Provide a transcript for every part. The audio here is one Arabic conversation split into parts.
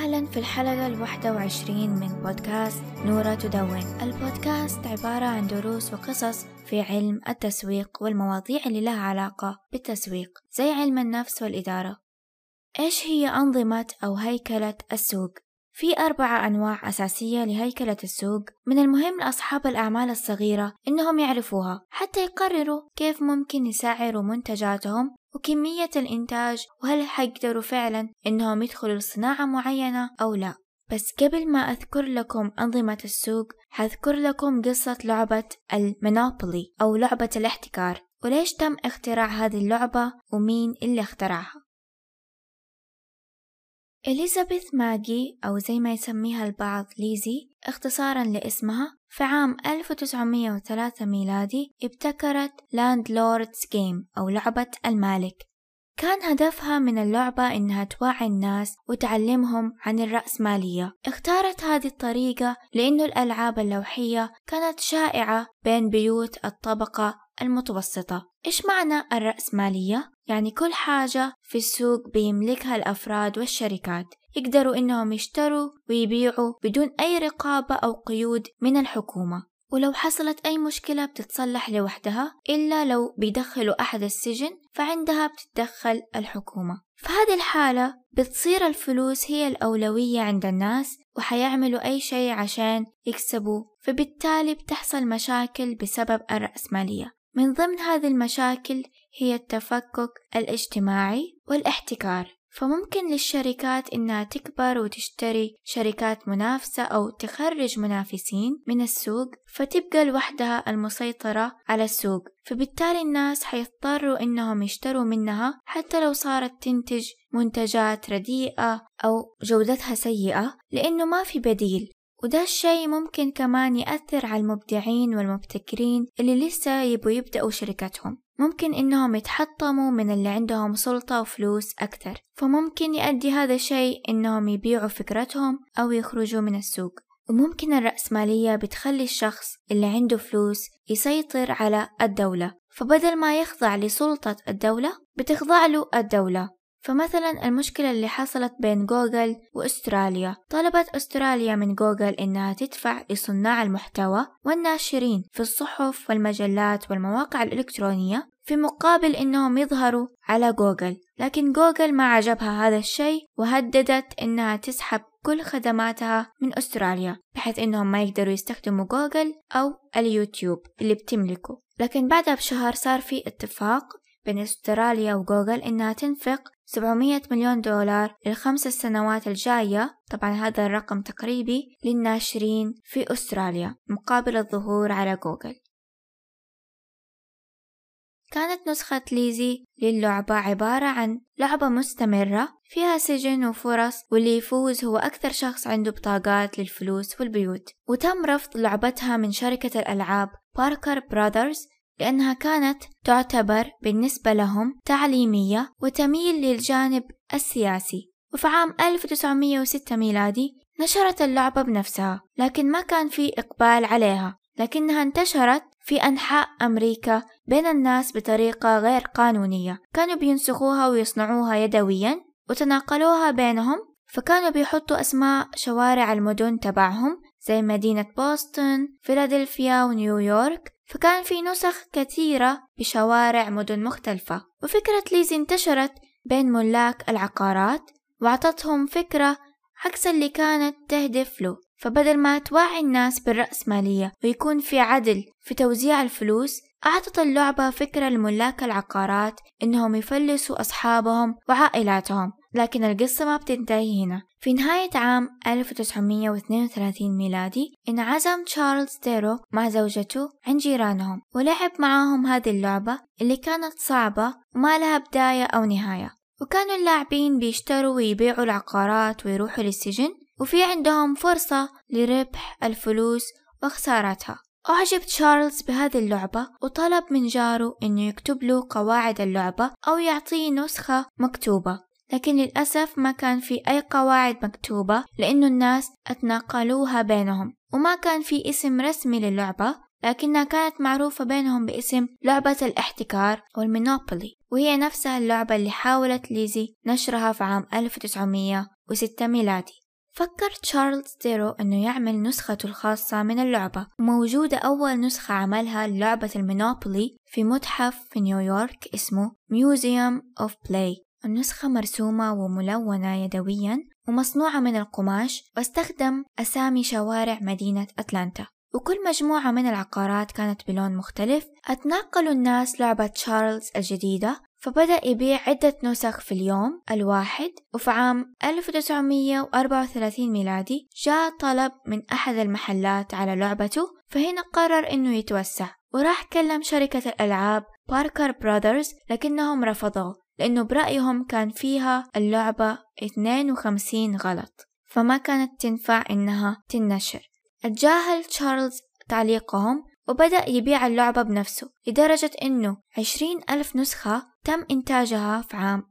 أهلا في الحلقة 21 من بودكاست نورة تدون. البودكاست عبارة عن دروس وقصص في علم التسويق والمواضيع اللي لها علاقة بالتسويق زي علم النفس والإدارة. إيش هي أنظمة أو هيكلة السوق؟ في 4 أنواع أساسية لهيكلة السوق. من المهم لأصحاب الأعمال الصغيرة إنهم يعرفوها حتى يقرروا كيف ممكن يسعروا منتجاتهم وكمية الإنتاج، وهل حيقدروا فعلا إنهم يدخلوا لصناعة معينة أو لا. بس قبل ما أذكر لكم أنظمة السوق هذكر لكم قصة لعبة المونوبولي أو لعبة الاحتكار، وليش تم اختراع هذه اللعبة ومين اللي اخترعها. إليزابيث ماجي أو زي ما يسميها البعض ليزي اختصارا لاسمها، في عام 1903 ميلادي ابتكرت لاندلوردز جيم أو لعبة المالك. كان هدفها من اللعبة إنها توعي الناس وتعلمهم عن الرأسمالية. اختارت هذه الطريقة لأنه الألعاب اللوحية كانت شائعة بين بيوت الطبقة المتوسطة. إيش معنى الرأسمالية؟ يعني كل حاجة في السوق بيملكها الأفراد والشركات، يقدروا إنهم يشتروا ويبيعوا بدون أي رقابة أو قيود من الحكومة، ولو حصلت أي مشكلة بتتصلح لوحدها، إلا لو بيدخلوا أحد السجن فعندها بتتدخل الحكومة. في هذه الحالة بتصير الفلوس هي الأولوية عند الناس وحيعملوا أي شيء عشان يكسبوا، فبالتالي بتحصل مشاكل بسبب الرأسمالية. من ضمن هذه المشاكل هي التفكك الاجتماعي والاحتكار، فممكن للشركات إنها تكبر وتشتري شركات منافسة أو تخرج منافسين من السوق، فتبقى لوحدها المسيطرة على السوق، فبالتالي الناس حيضطروا إنهم يشتروا منها حتى لو صارت تنتج منتجات رديئة أو جودتها سيئة، لأنه ما في بديل. وده الشيء ممكن كمان يأثر على المبدعين والمبتكرين اللي لسه يبدأوا شركتهم، ممكن إنهم يتحطموا من اللي عندهم سلطة وفلوس أكثر، فممكن يؤدي هذا الشيء إنهم يبيعوا فكرتهم أو يخرجوا من السوق. وممكن الرأسمالية بتخلي الشخص اللي عنده فلوس يسيطر على الدولة، فبدل ما يخضع لسلطة الدولة بتخضع له الدولة. فمثلا المشكلة اللي حصلت بين جوجل وأستراليا، طلبت أستراليا من جوجل إنها تدفع لصناع المحتوى والناشرين في الصحف والمجلات والمواقع الإلكترونية في مقابل إنهم يظهروا على جوجل، لكن جوجل ما عجبها هذا الشيء وهددت إنها تسحب كل خدماتها من أستراليا بحيث إنهم ما يقدروا يستخدموا جوجل أو اليوتيوب اللي بتملكه. لكن بعدها بشهر صار في اتفاق بين أستراليا وجوجل إنها تنفق 700 مليون دولار ل5 سنوات الجاية، طبعا هذا الرقم تقريبي، للناشرين في أستراليا مقابل الظهور على جوجل. كانت نسخة ليزي للعبة عبارة عن لعبة مستمرة فيها سجن وفرص، واللي يفوز هو أكثر شخص عنده بطاقات للفلوس والبيوت. وتم رفض لعبتها من شركة الألعاب باركر براذرز لأنها كانت تعتبر بالنسبة لهم تعليمية وتميل للجانب السياسي. وفي عام 1906 ميلادي نشرت اللعبة بنفسها، لكن ما كان في إقبال عليها، لكنها انتشرت في أنحاء أمريكا بين الناس بطريقة غير قانونية. كانوا بينسخوها ويصنعوها يدويا وتناقلوها بينهم، فكانوا بيحطوا أسماء شوارع المدن تبعهم زي مدينة بوسطن، فيلادلفيا ونيويورك، فكان في نسخ كثيرة بشوارع مدن مختلفة. وفكرة ليزي انتشرت بين ملاك العقارات وعطتهم فكرة عكس اللي كانت تهدف له، فبدل ما توعي الناس بالرأسمالية ويكون في عدل في توزيع الفلوس، أعطت اللعبة فكرة لملاك العقارات إنهم يفلسوا أصحابهم وعائلاتهم. لكن القصة ما بتنتهي هنا. في نهاية عام 1932 ميلادي انعزم تشارلز ديرو مع زوجته عند جيرانهم ولعب معاهم هذه اللعبة اللي كانت صعبة وما لها بداية أو نهاية. وكانوا اللاعبين بيشتروا ويبيعوا العقارات ويروحوا للسجن، وفي عندهم فرصة لربح الفلوس وخسارتها. أعجب تشارلز بهذه اللعبة وطلب من جاره إنه يكتب له قواعد اللعبة أو يعطيه نسخة مكتوبة، لكن للأسف ما كان في أي قواعد مكتوبة لأنه الناس اتناقلوها بينهم، وما كان في اسم رسمي للعبة، لكنها كانت معروفة بينهم باسم لعبة الاحتكار والمونوبولي، وهي نفسها اللعبة اللي حاولت ليزي نشرها في عام 1906 ميلادي. فكر تشارلز ديرو أنه يعمل نسخته الخاصة من اللعبة، وموجودة أول نسخة عملها للعبة المونوبولي في متحف في نيويورك اسمه Museum of Play. النسخة مرسومة وملونة يدوياً ومصنوعة من القماش، واستخدم أسامي شوارع مدينة أتلانتا، وكل مجموعة من العقارات كانت بلون مختلف. أتناقلوا الناس لعبة تشارلز الجديدة، فبدأ يبيع عدة نسخ في اليوم الواحد. وفي عام 1934 ميلادي جاء طلب من أحد المحلات على لعبته، فهنا قرر إنه يتوسع وراح كلم شركة الألعاب باركر براذرز، لكنهم رفضوا لأنه برأيهم كان فيها اللعبة 52 غلط، فما كانت تنفع إنها تنشر. اتجاهل تشارلز تعليقهم وبدأ يبيع اللعبة بنفسه، لدرجة إنه 20,000 نسخة تم إنتاجها في عام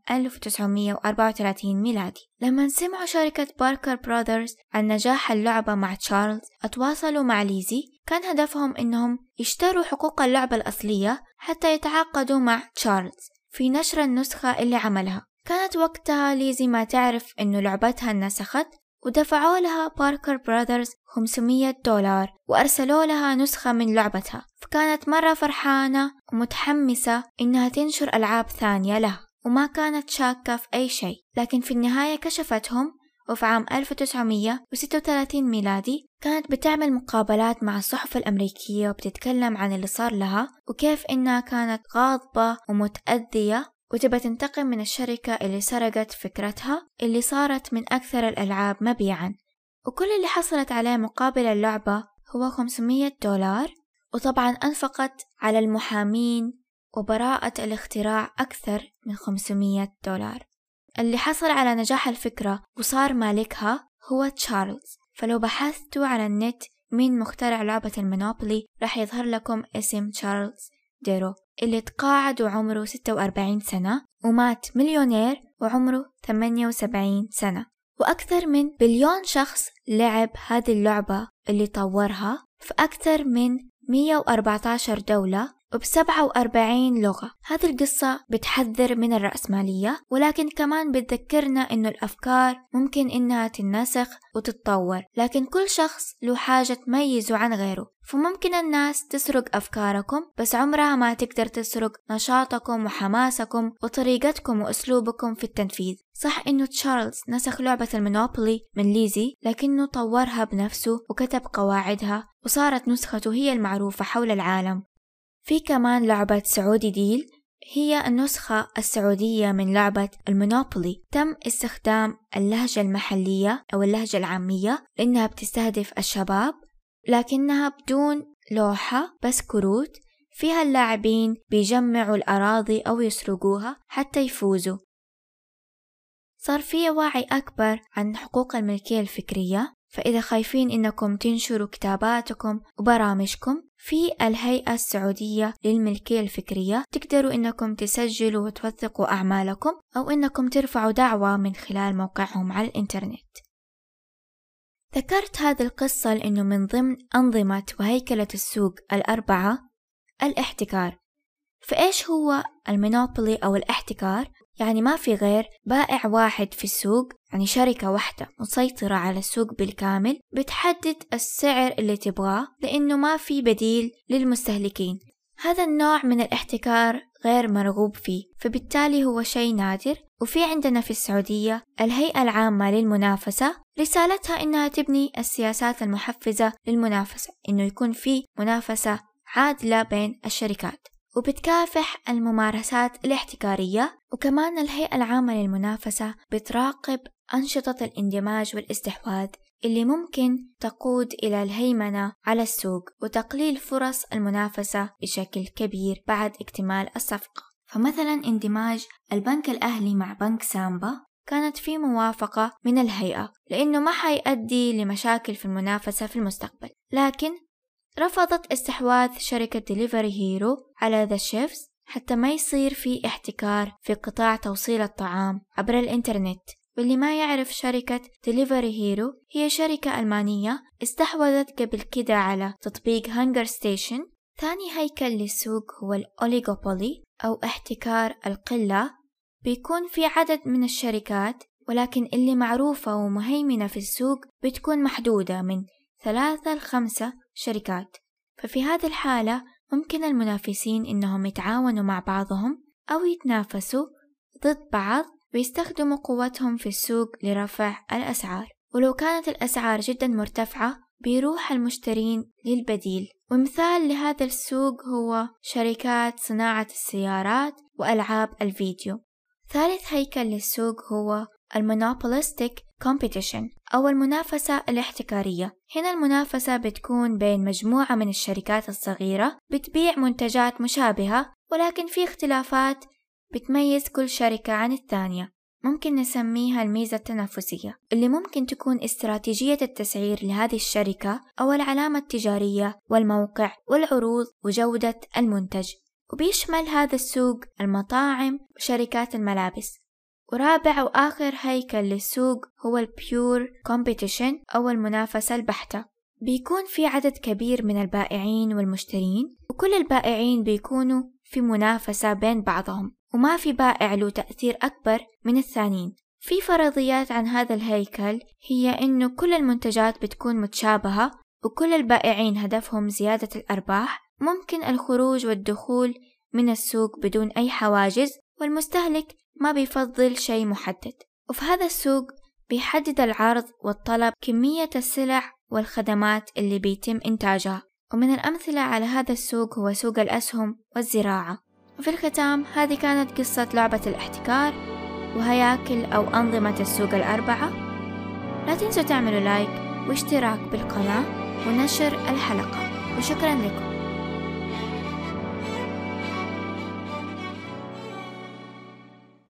1934 ميلادي. لما سمعوا شركة باركر براذرز عن نجاح اللعبة مع تشارلز، اتواصلوا مع ليزي. كان هدفهم إنهم يشتروا حقوق اللعبة الأصلية حتى يتعاقدوا مع تشارلز في نشر النسخة اللي عملها. كانت وقتها ليزي ما تعرف إنه لعبتها انسخت، ودفعوا لها باركر براذرز $500 وأرسلوا لها نسخة من لعبتها، فكانت مرة فرحانة ومتحمسة إنها تنشر ألعاب ثانية لها، وما كانت شاكة في أي شيء. لكن في النهاية كشفتهم، وفي عام 1936 ميلادي كانت بتعمل مقابلات مع الصحف الأمريكية وبتتكلم عن اللي صار لها وكيف إنها كانت غاضبة ومتأذية وتبى تنتقم من الشركة اللي سرقت فكرتها اللي صارت من أكثر الألعاب مبيعاً. وكل اللي حصلت عليه مقابل اللعبة هو $500، وطبعاً أنفقت على المحامين وبراءة الاختراع أكثر من $500. اللي حصل على نجاح الفكرة وصار مالكها هو تشارلز. فلو بحثتوا على النت مين مخترع لعبة المونوبولي راح يظهر لكم اسم تشارلز ديرو، اللي تقاعد وعمره 46 سنة ومات مليونير وعمره 78 سنة. وأكثر من 1 بليون شخص لعب هذه اللعبة اللي طورها في أكثر من 114 دولة وب47 لغة. هذه القصة بتحذر من الرأسمالية، ولكن كمان بتذكرنا إنه الأفكار ممكن إنها تنسخ وتتطور، لكن كل شخص له حاجة تميزه عن غيره. فممكن الناس تسرق أفكاركم، بس عمرها ما تقدر تسرق نشاطكم وحماسكم وطريقتكم وأسلوبكم في التنفيذ. صح إنه تشارلز نسخ لعبة المونوبولي من ليزي، لكنه طورها بنفسه وكتب قواعدها وصارت نسخته هي المعروفة حول العالم. في كمان لعبة سعودي ديل، هي النسخة السعودية من لعبة المونوبولي. تم استخدام اللهجة المحلية أو اللهجة العامية لأنها بتستهدف الشباب، لكنها بدون لوحة، بس كروت فيها اللاعبين بيجمعوا الأراضي أو يسرقوها حتى يفوزوا. صار في وعي أكبر عن حقوق الملكية الفكرية، فإذا خايفين إنكم تنشروا كتاباتكم وبرامجكم في الهيئة السعودية للملكية الفكرية، تقدروا إنكم تسجلوا وتوثقوا أعمالكم، أو إنكم ترفعوا دعوة من خلال موقعهم على الإنترنت. ذكرت هذه القصة لأنه من ضمن أنظمة وهيكلة السوق الأربعة الاحتكار. فإيش هو المونوبولي أو الاحتكار؟ يعني ما في غير بائع واحد في السوق، يعني شركة واحدة مسيطرة على السوق بالكامل بتحدد السعر اللي تبغاه، لأنه ما في بديل للمستهلكين. هذا النوع من الاحتكار غير مرغوب فيه، فبالتالي هو شيء نادر. وفي عندنا في السعودية الهيئة العامة للمنافسة، رسالتها إنها تبني السياسات المحفزة للمنافسة، إنه يكون في منافسة عادلة بين الشركات، وبتكافح الممارسات الاحتكارية. وكمان الهيئة العامة للمنافسة بتراقب أنشطة الاندماج والاستحواذ اللي ممكن تقود إلى الهيمنة على السوق وتقليل فرص المنافسة بشكل كبير بعد اكتمال الصفقة. فمثلا اندماج البنك الأهلي مع بنك سامبا كانت في موافقة من الهيئة، لأنه ما حيؤدي لمشاكل في المنافسة في المستقبل، لكن رفضت استحواذ شركة ديليفري هيرو على ذا شيفز حتى ما يصير في احتكار في قطاع توصيل الطعام عبر الإنترنت. واللي ما يعرف، شركة ديليفري هيرو هي شركة ألمانية استحوذت قبل كده على تطبيق هانجر ستيشن. ثاني هيكل للسوق هو الأوليغوبولي أو احتكار القلة، بيكون في عدد من الشركات ولكن اللي معروفة ومهيمنة في السوق بتكون محدودة من 3 ل5 شركات. ففي هذه الحالة ممكن المنافسين إنهم يتعاونوا مع بعضهم أو يتنافسوا ضد بعض ويستخدموا قوتهم في السوق لرفع الأسعار. ولو كانت الأسعار جدا مرتفعة بيروح المشترين للبديل، ومثال لهذا السوق هو شركات صناعة السيارات وألعاب الفيديو. ثالث هيكل للسوق هو المونوبوليستيك كومبيتيشن أو المنافسة الاحتكارية. هنا المنافسة بتكون بين مجموعة من الشركات الصغيرة بتبيع منتجات مشابهة، ولكن في اختلافات بتميز كل شركة عن الثانية. ممكن نسميها الميزة التنافسية، اللي ممكن تكون استراتيجية التسعير لهذه الشركة أو العلامة التجارية والموقع والعروض وجودة المنتج. وبيشمل هذا السوق المطاعم وشركات الملابس. ورابع وآخر هيكل للسوق هو البيور كومبيتيشن أو المنافسة البحتة. بيكون في عدد كبير من البائعين والمشترين، وكل البائعين بيكونوا في منافسة بين بعضهم، وما في بائع له تأثير أكبر من الثانيين. في فرضيات عن هذا الهيكل هي إنه كل المنتجات بتكون متشابهة، وكل البائعين هدفهم زيادة الأرباح. ممكن الخروج والدخول من السوق بدون أي حواجز، والمستهلك ما بيفضل شيء محدد. وفي هذا السوق بيحدد العرض والطلب كمية السلع والخدمات اللي بيتم إنتاجها. ومن الأمثلة على هذا السوق هو سوق الأسهم والزراعة. وفي الختام هذه كانت قصة لعبة الاحتكار وهياكل أو أنظمة السوق الأربعة. لا تنسوا تعملوا لايك واشتراك بالقناة ونشر الحلقة، وشكرا لكم.